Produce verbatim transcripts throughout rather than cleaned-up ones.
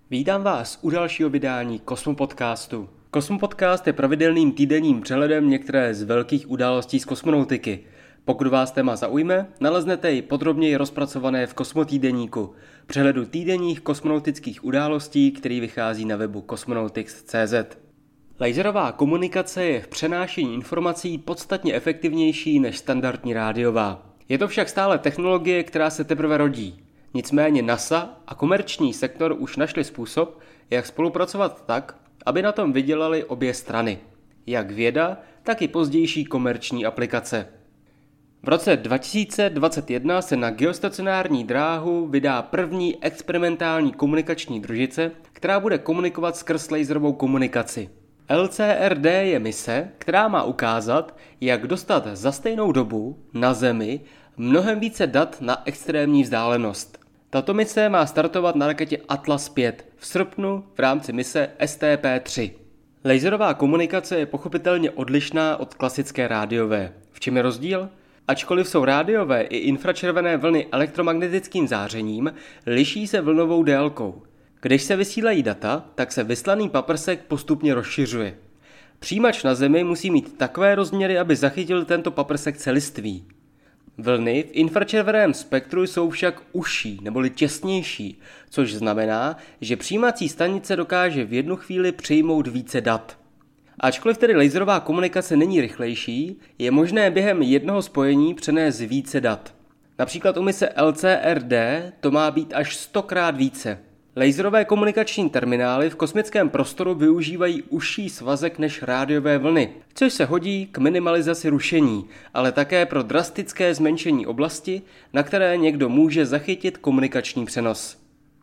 Vítám vás u dalšího vydání Kosmo Podcastu. Kosmo Podcast je pravidelným týdenním přehledem některé z velkých událostí z kosmonautiky. Pokud vás téma zaujme, naleznete ji podrobněji rozpracované v Kosmo týdeníku, přehledu týdenních kosmonautických událostí, který vychází na webu cosmonautics tečka cé zet. Laserová komunikace je v přenášení informací podstatně efektivnější než standardní rádiová. Je to však stále technologie, která se teprve rodí. Nicméně NASA a komerční sektor už našli způsob, jak spolupracovat tak, aby na tom vydělaly obě strany. Jak věda, tak i pozdější komerční aplikace. V roce dva tisíce dvacet jedna se na geostacionární dráhu vydá první experimentální komunikační družice, která bude komunikovat skrz laserovou komunikaci. el cé er dé je mise, která má ukázat, jak dostat za stejnou dobu na Zemi mnohem více dat na extrémní vzdálenost. Tato mise má startovat na raketě Atlas pět v srpnu v rámci mise es té pé tři. Laserová komunikace je pochopitelně odlišná od klasické rádiové. V čem je rozdíl? Ačkoliv jsou rádiové i infračervené vlny elektromagnetickým zářením, liší se vlnovou délkou. Když se vysílají data, tak se vyslaný paprsek postupně rozšiřuje. Přijímač na Zemi musí mít takové rozměry, aby zachytil tento paprsek celistvý. Vlny v infračerveném spektru jsou však užší neboli těsnější, což znamená, že přijímací stanice dokáže v jednu chvíli přijmout více dat. Ačkoliv tedy laserová komunikace není rychlejší, je možné během jednoho spojení přenést více dat. Například u mise el cé er dé to má být až stokrát více. Laserové komunikační terminály v kosmickém prostoru využívají užší svazek než rádiové vlny, což se hodí k minimalizaci rušení, ale také pro drastické zmenšení oblasti, na které někdo může zachytit komunikační přenos.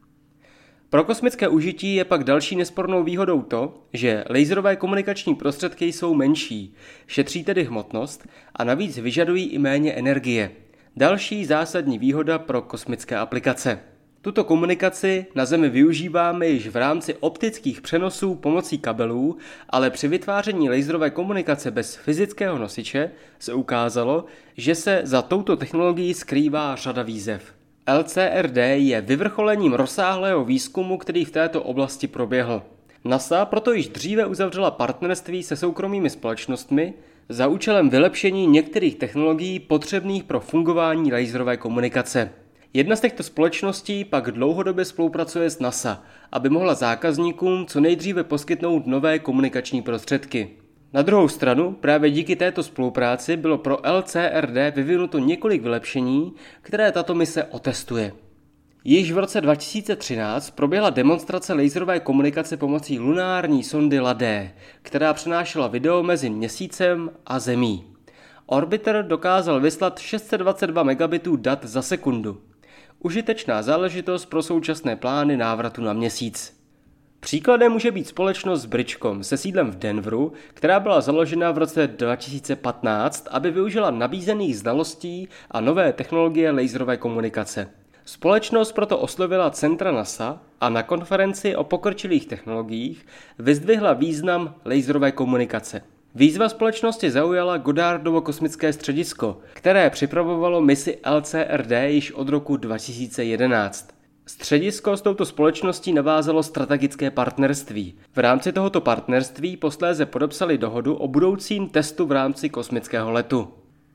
Pro kosmické užití je pak další nespornou výhodou to, že laserové komunikační prostředky jsou menší, šetří tedy hmotnost a navíc vyžadují i méně energie. Další zásadní výhoda pro kosmické aplikace. Tuto komunikaci na Zemi využíváme již v rámci optických přenosů pomocí kabelů, ale při vytváření laserové komunikace bez fyzického nosiče se ukázalo, že se za touto technologií skrývá řada výzev. el cé er dé je vyvrcholením rozsáhlého výzkumu, který v této oblasti proběhl. NASA proto již dříve uzavřela partnerství se soukromými společnostmi za účelem vylepšení některých technologií potřebných pro fungování laserové komunikace. Jedna z těchto společností pak dlouhodobě spolupracuje s NASA, aby mohla zákazníkům co nejdříve poskytnout nové komunikační prostředky. Na druhou stranu, právě díky této spolupráci bylo pro el cé er dé vyvinuto několik vylepšení, které tato mise otestuje. Již v roce dva tisíce třináct proběhla demonstrace laserové komunikace pomocí lunární sondy LADÉ, která přenášela video mezi Měsícem a Zemí. Orbiter dokázal vyslat šest set dvacet dva megabitů dat za sekundu. Užitečná záležitost pro současné plány návratu na Měsíc. Příkladem může být společnost Bridgecom se sídlem v Denveru, která byla založena v roce dva tisíce patnáct, aby využila nabízených znalostí a nové technologie laserové komunikace. Společnost proto oslovila centra NASA a na konferenci o pokročilých technologiích vyzdvihla význam laserové komunikace. Výzva společnosti zaujala Goddárdovo kosmické středisko, které připravovalo misi el cé er dé již od roku dva tisíce jedenáct. Středisko s touto společností navázalo strategické partnerství. V rámci tohoto partnerství posléze podepsali dohodu o budoucím testu v rámci kosmického letu.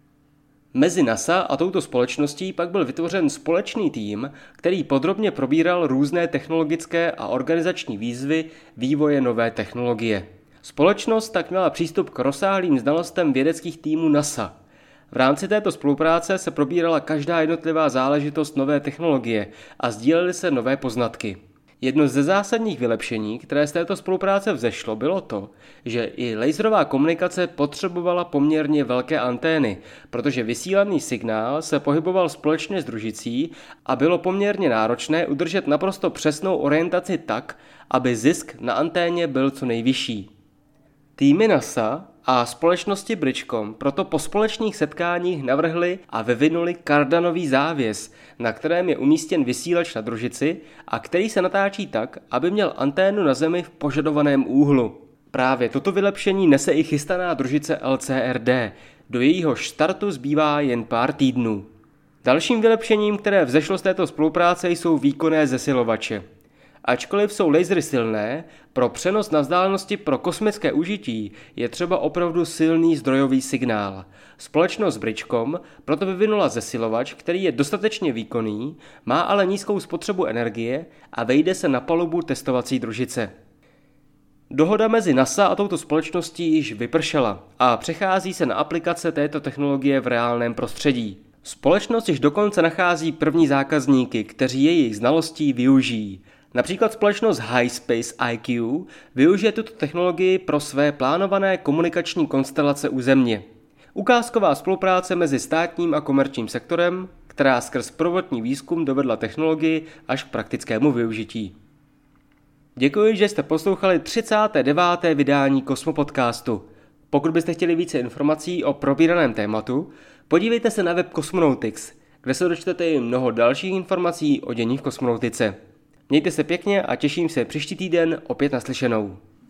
Mezi NASA a touto společností pak byl vytvořen společný tým, který podrobně probíral různé technologické a organizační výzvy vývoje nové technologie. Společnost tak měla přístup k rozsáhlým znalostem vědeckých týmů NASA. V rámci této spolupráce se probírala každá jednotlivá záležitost nové technologie a sdílely se nové poznatky. Jedno ze zásadních vylepšení, které z této spolupráce vzešlo, bylo to, že i laserová komunikace potřebovala poměrně velké antény, protože vysílaný signál se pohyboval společně s družicí a bylo poměrně náročné udržet naprosto přesnou orientaci tak, aby zisk na anténě byl co nejvyšší. Týmy NASA a společnosti Bridgecom proto po společných setkáních navrhli a vyvinuli kardanový závěs, na kterém je umístěn vysílač na družici a který se natáčí tak, aby měl anténu na Zemi v požadovaném úhlu. Právě toto vylepšení nese i chystaná družice el cé er dé, do jejíhož startu zbývá jen pár týdnů. Dalším vylepšením, které vzešlo z této spolupráce, jsou výkonné zesilovače. Ačkoliv jsou lasery silné, pro přenos na vzdálenosti pro kosmické užití je třeba opravdu silný zdrojový signál. Společnost Bridgecom proto vyvinula zesilovač, který je dostatečně výkonný, má ale nízkou spotřebu energie a vejde se na palubu testovací družice. Dohoda mezi NASA a touto společností již vypršela a přechází se na aplikace této technologie v reálném prostředí. Společnost již dokonce nachází první zákazníky, kteří jejich znalostí využijí. Například společnost HiSpace I Q využije tuto technologii pro své plánované komunikační konstelace u Země. Ukázková spolupráce mezi státním a komerčním sektorem, která skrz prvotní výzkum dovedla technologii až k praktickému využití. Děkuji, že jste poslouchali třicáté deváté vydání Kosmopodcastu. Pokud byste chtěli více informací o probíraném tématu, podívejte se na web Cosmonautics, kde se dočtete i mnoho dalších informací o dění v kosmonautice. Mějte se pěkně a těším se příští týden opět naslyšenou.